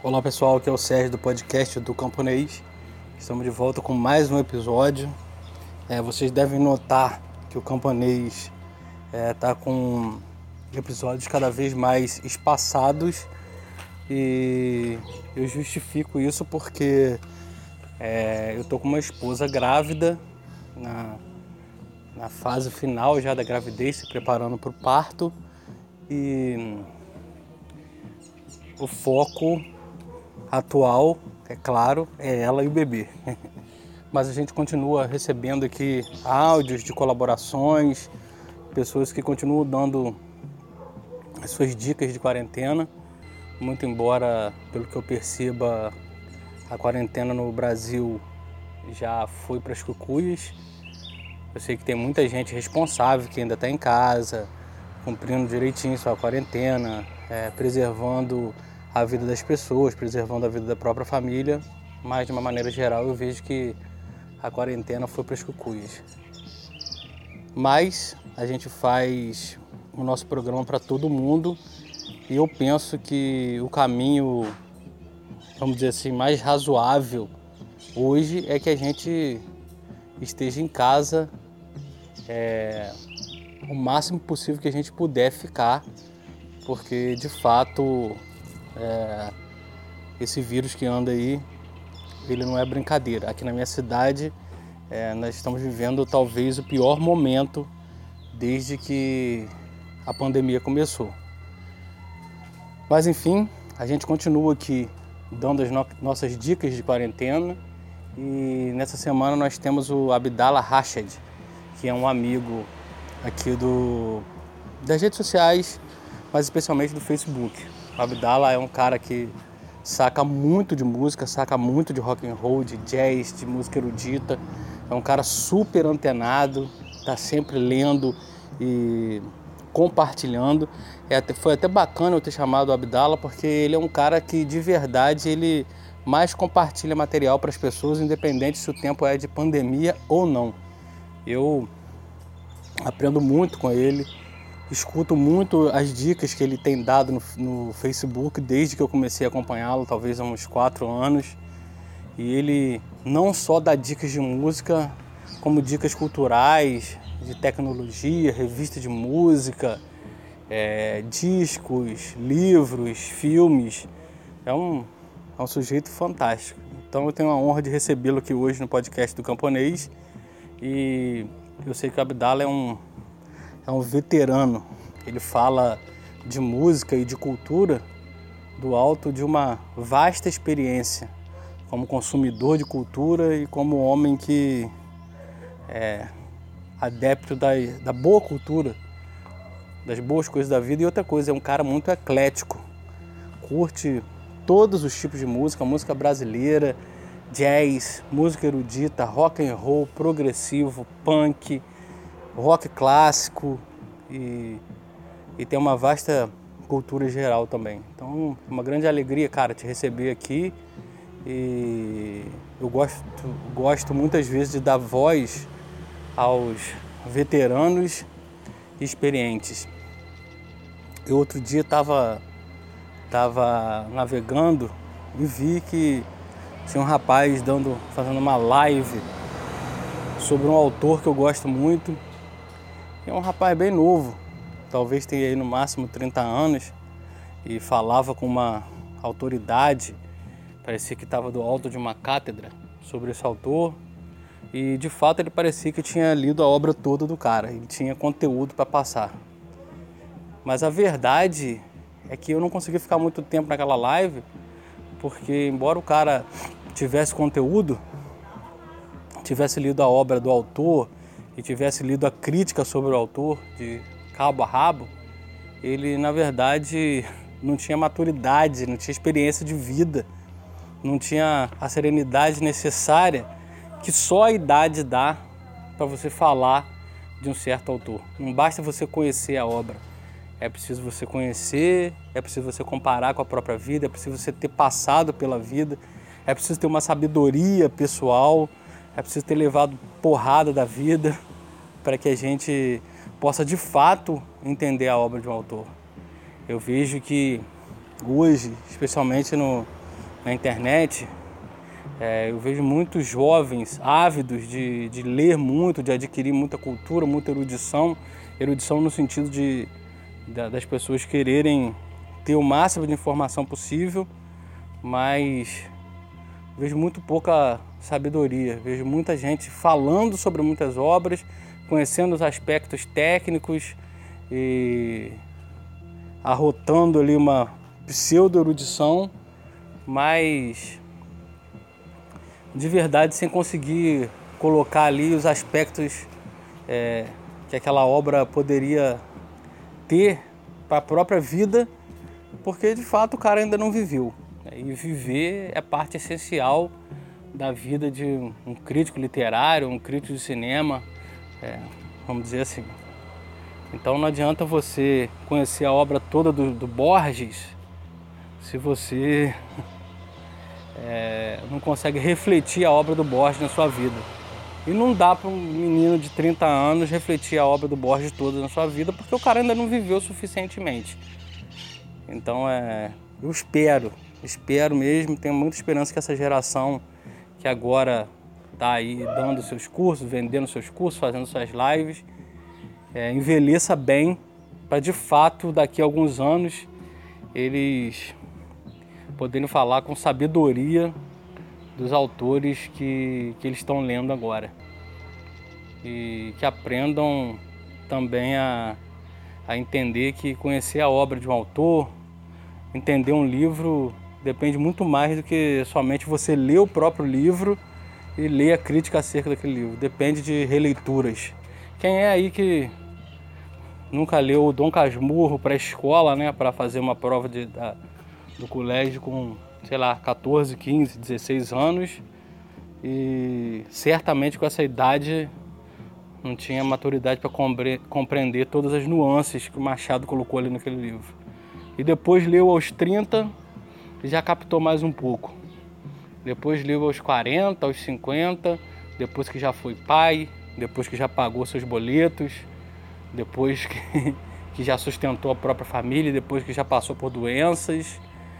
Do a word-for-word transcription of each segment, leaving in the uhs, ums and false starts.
Olá pessoal, aqui é o Sérgio do podcast do Camponês. Estamos de volta com mais um episódio. É, vocês devem notar que o Camponês está é, com episódios cada vez mais espaçados e eu justifico isso porque é, eu estou com uma esposa grávida na, na fase final já da gravidez, se preparando para o parto e o foco atual, é claro, é ela e o bebê. Mas a gente continua recebendo aqui áudios de colaborações, pessoas que continuam dando as suas dicas de quarentena, muito embora, pelo que eu perceba, a quarentena no Brasil já foi para as cucuias. Eu sei que tem muita gente responsável que ainda está em casa, cumprindo direitinho sua quarentena, é, preservando a vida das pessoas, preservando a vida da própria família, mas de uma maneira geral eu vejo que a quarentena foi para as cucuias. Mas a gente faz o nosso programa para todo mundo e eu penso que o caminho, vamos dizer assim, mais razoável hoje é que a gente esteja em casa é, o máximo possível que a gente puder ficar, porque de fato é, esse vírus que anda aí, ele não é brincadeira. Aqui na minha cidade é, nós estamos vivendo talvez o pior momento desde que a pandemia começou. Mas enfim, a gente continua aqui dando as no- nossas dicas de quarentena e nessa semana nós temos o Abdallah Rashid, que é um amigo aqui do, das redes sociais, mas especialmente do Facebook. O Abdallah é um cara que saca muito de música, saca muito de rock and roll, de jazz, de música erudita. É um cara super antenado, tá sempre lendo e compartilhando. É até, foi até bacana eu ter chamado o Abdallah, porque ele é um cara que de verdade ele mais compartilha material para as pessoas, independente se o tempo é de pandemia ou não. Eu aprendo muito com ele, escuto muito as dicas que ele tem dado no, no Facebook desde que eu comecei a acompanhá-lo, talvez há uns quatro anos. E ele não só dá dicas de música, como dicas culturais, de tecnologia, revista de música, é, discos, livros, filmes. É um, é um sujeito fantástico. Então eu tenho a honra de recebê-lo aqui hoje no podcast do Camponês. E eu sei que o Abdallah é um, é um veterano. Ele fala de música e de cultura do alto de uma vasta experiência como consumidor de cultura e como homem que é adepto da, da boa cultura, das boas coisas da vida. E outra coisa, é um cara muito eclético, curte todos os tipos de música, música brasileira, jazz, música erudita, rock and roll, progressivo, punk, rock clássico e, e tem uma vasta cultura geral também. Então, é uma grande alegria, cara, te receber aqui. E eu gosto, gosto muitas vezes de dar voz aos veteranos e experientes. Eu outro dia estava tava navegando e vi que tinha um rapaz dando, fazendo uma live sobre um autor que eu gosto muito. É um rapaz bem novo, talvez tenha aí no máximo trinta anos, e falava com uma autoridade. Parecia que estava do alto de uma cátedra sobre esse autor e de fato ele parecia que tinha lido a obra toda do cara, ele tinha conteúdo para passar. Mas a verdade é que eu não consegui ficar muito tempo naquela live, porque embora o cara tivesse conteúdo, tivesse lido a obra do autor e tivesse lido a crítica sobre o autor de cabo a rabo, ele na verdade não tinha maturidade, não tinha experiência de vida, não tinha a serenidade necessária que só a idade dá para você falar de um certo autor. Não basta você conhecer a obra, é preciso você conhecer, é preciso você comparar com a própria vida, é preciso você ter passado pela vida, é preciso ter uma sabedoria pessoal, é preciso ter levado porrada da vida para que a gente possa de fato entender a obra de um autor. Eu vejo que hoje, especialmente no na internet, é, eu vejo muitos jovens ávidos de, de ler muito, de adquirir muita cultura, muita erudição, erudição no sentido de, de das pessoas quererem ter o máximo de informação possível, mas vejo muito pouca sabedoria, vejo muita gente falando sobre muitas obras, conhecendo os aspectos técnicos e arrotando ali uma pseudo-erudição, mas de verdade sem conseguir colocar ali os aspectos é, que aquela obra poderia ter para a própria vida, porque de fato o cara ainda não viveu. E viver é parte essencial da vida de um crítico literário, um crítico de cinema, é, vamos dizer assim. Então não adianta você conhecer a obra toda do, do Borges se você é, não consegue refletir a obra do Borges na sua vida. E não dá para um menino de trinta anos refletir a obra do Borges toda na sua vida, porque o cara ainda não viveu suficientemente. Então é, eu espero, espero mesmo, tenho muita esperança que essa geração que agora está aí dando seus cursos, vendendo seus cursos, fazendo suas lives, é, envelheça bem, para de fato daqui a alguns anos eles poderem falar com sabedoria dos autores que, que eles estão lendo agora. E que aprendam também a, a entender que conhecer a obra de um autor, entender um livro, depende muito mais do que somente você ler o próprio livro e ler a crítica acerca daquele livro. Depende de releituras. Quem é aí que nunca leu o Dom Casmurro para a escola, né, para fazer uma prova de, da, do colégio com, sei lá, catorze, quinze, dezesseis anos, e certamente com essa idade não tinha maturidade para compreender todas as nuances que o Machado colocou ali naquele livro. E depois leu aos trinta e já captou mais um pouco. Depois leu aos quarenta, aos cinquenta, depois que já foi pai, depois que já pagou seus boletos, depois que, que já sustentou a própria família, depois que já passou por doenças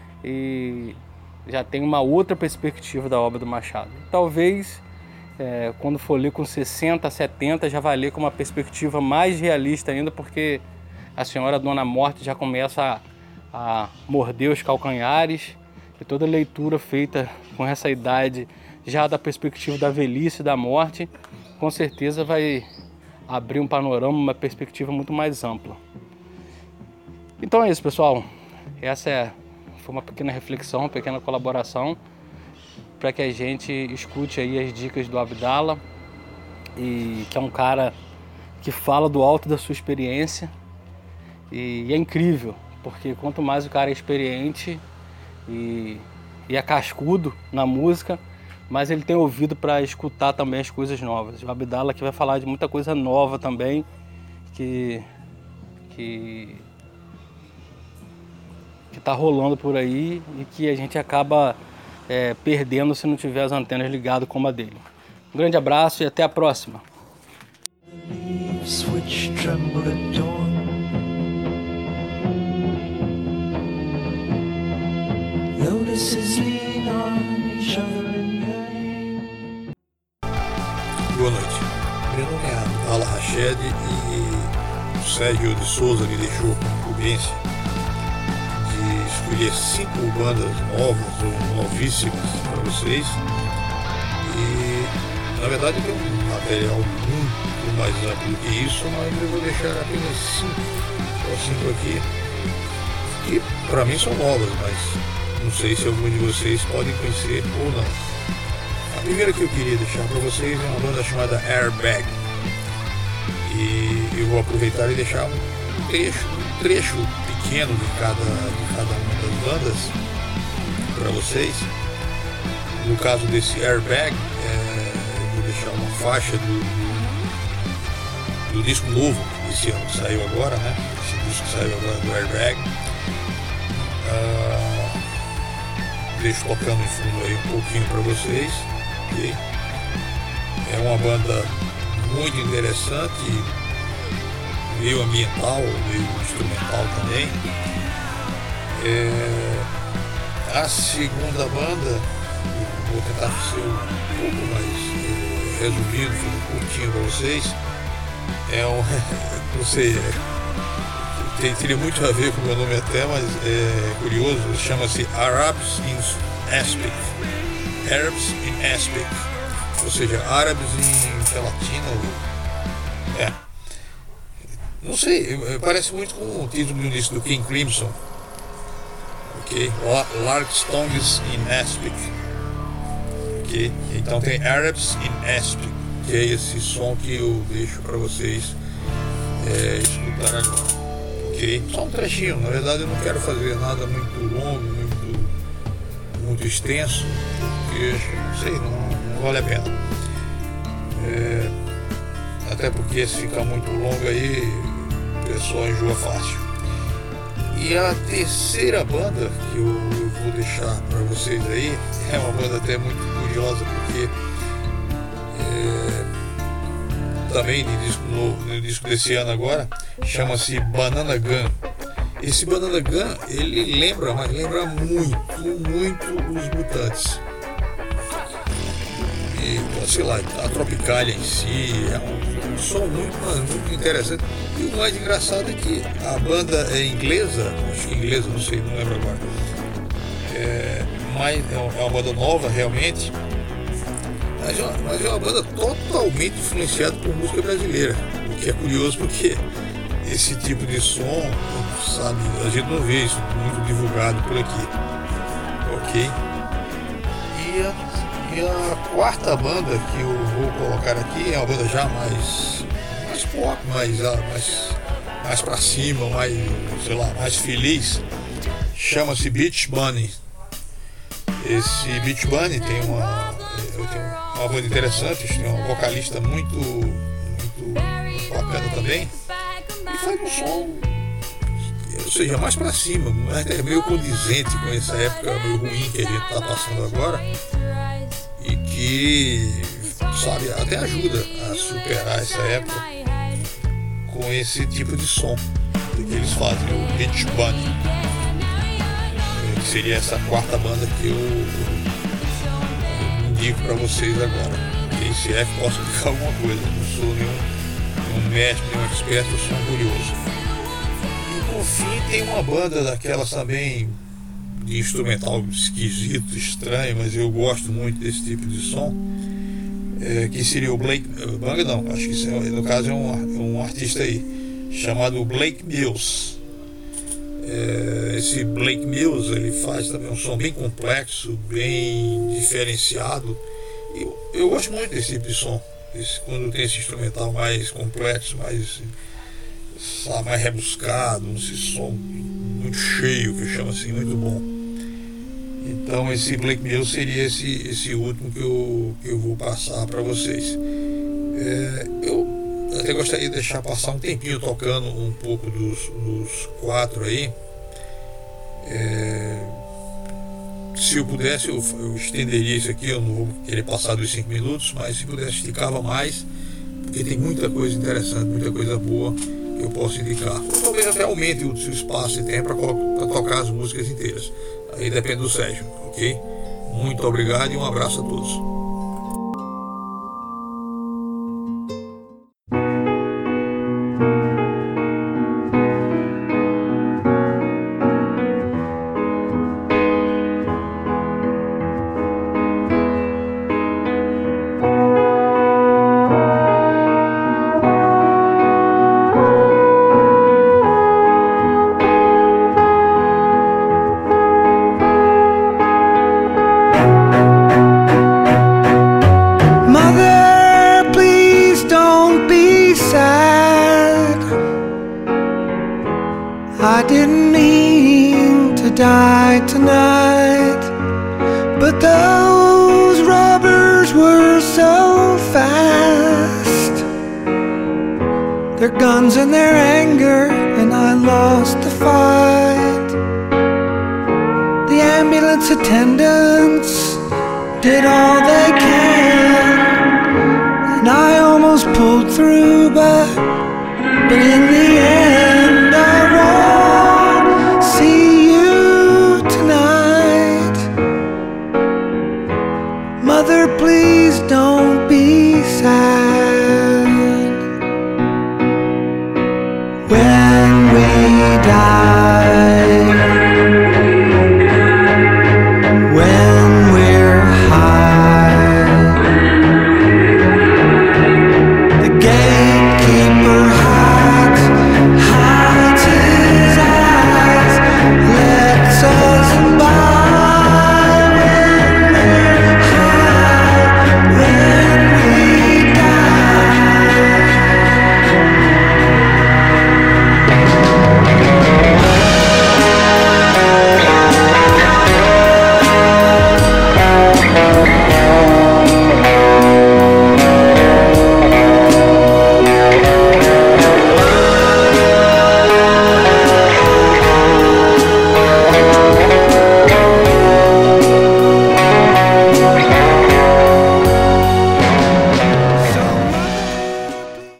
e já tem uma outra perspectiva da obra do Machado. Talvez, é, quando for ler com sessenta, setenta, já vai ler com uma perspectiva mais realista ainda, porque a senhora Dona Morte já começa a, a morder os calcanhares, e toda leitura feita com essa idade, já da perspectiva da velhice e da morte, com certeza vai abrir um panorama, uma perspectiva muito mais ampla. Então é isso, pessoal. Essa é, foi uma pequena reflexão, uma pequena colaboração para que a gente escute aí as dicas do Abdala, e que é um cara que fala do alto da sua experiência, e, e é incrível, porque quanto mais o cara é experiente e, e é cascudo na música, mas ele tem ouvido para escutar também as coisas novas. O Abdala aqui vai falar de muita coisa nova também, que que que está rolando por aí e que a gente acaba é, perdendo se não tiver as antenas ligadas como a dele. Um grande abraço e até a próxima. Boa noite. Meu nome é Abdala Rached e o Sérgio de Souza me deixou com a incumbência de escolher cinco bandas novas ou novíssimas para vocês. E na verdade tem um material muito mais amplo do que isso, mas eu vou deixar apenas cinco, só cinco aqui, que para mim são novas, mas não sei se algum de vocês podem conhecer ou não. A primeira que eu queria deixar para vocês é uma banda chamada Airbag, e eu vou aproveitar e deixar um trecho, um trecho pequeno de cada, de cada uma das bandas para vocês. No caso desse Airbag, é, eu vou deixar uma faixa do, do disco novo desse ano que saiu agora, né? Esse disco que saiu agora do Airbag. Uh, deixo tocando em fundo aí um pouquinho para vocês. Okay? É uma banda muito interessante, meio ambiental, meio instrumental também. É... a segunda banda, eu vou tentar ser um pouco mais é, resumido, curtinho para vocês. É um, não sei, é, tem, teria muito a ver com o meu nome até, mas é curioso, chama-se Arabs in Aspic. Arabs in Aspic, ou seja, árabes em gelatina. É, não sei, parece muito com o título do início do King Crimson. Ok, Larkstones in Aspic. Ok, então tem Arabs in Aspic, que é esse som que eu deixo para vocês é, escutar agora. Ok, só um trechinho, na verdade eu não quero fazer nada muito longo, muito, muito extenso, porque não sei, não, não vale a pena. É, até porque se ficar muito longo aí, o pessoal enjoa fácil. E a terceira banda que eu, eu vou deixar para vocês aí é uma banda até muito curiosa, porque é, também de disco novo, no disco desse ano agora, chama-se Banana Gun. Esse Banana Gun, ele lembra, mas lembra muito, muito os Mutantes. E, sei lá, a Tropicália em si é um, um som muito, muito interessante. E o mais engraçado é que a banda é inglesa, acho que inglesa, não sei, não lembro agora. É, mas é uma banda nova realmente, mas é, uma, mas é uma banda totalmente influenciada por música brasileira, o que é curioso porque esse tipo de som, sabe, a gente não vê isso muito divulgado por aqui, ok? E a, e a quarta banda que eu vou colocar aqui é uma banda já mais, mais pop, mais, mais, mais pra cima, mais, sei lá, mais feliz, chama-se Beach Bunny. Esse Beach Bunny tem uma, tem uma banda interessante, tem um vocalista muito, muito bacana também, e faz um som, ou seja, mais pra cima, mas é meio condizente com essa época meio ruim que a gente tá passando agora, e que, sabe, até ajuda a superar essa época com esse tipo de som que eles fazem, o Beach Bunny. Que seria essa quarta banda que eu, eu indico para vocês agora. E se é que posso indicar alguma coisa, não sou nenhum, nenhum mestre, nenhum experto, eu sou um curioso. E por fim tem uma banda daquelas também de instrumental esquisito, estranho, mas eu gosto muito desse tipo de som, é, que seria o Blake Bang, não, acho que isso é, no caso é um, um artista aí chamado Blake Mills. É, esse Blake Mills, ele faz também um som bem complexo, bem diferenciado. Eu, eu gosto muito desse tipo de som, esse, quando tem esse instrumental mais complexo, mais, sabe, mais rebuscado, esse som muito cheio, que eu chamo assim, muito bom. Então esse Blake Mills seria esse, esse último que eu, que eu vou passar para vocês. É, eu até gostaria de deixar passar um tempinho tocando um pouco dos, dos quatro aí. É, se eu pudesse eu, eu estenderia isso aqui, eu não vou querer passar dos cinco minutos, mas se pudesse esticava mais, porque tem muita coisa interessante, muita coisa boa que eu posso indicar. Ou talvez até aumente o seu espaço e tempo para tocar as músicas inteiras. Aí depende do Sérgio, ok? Muito obrigado e um abraço a todos. I didn't mean to die tonight, but those robbers were so fast. Their guns and their anger, and I lost the fight. The ambulance attendants did all they can, and I almost pulled through, but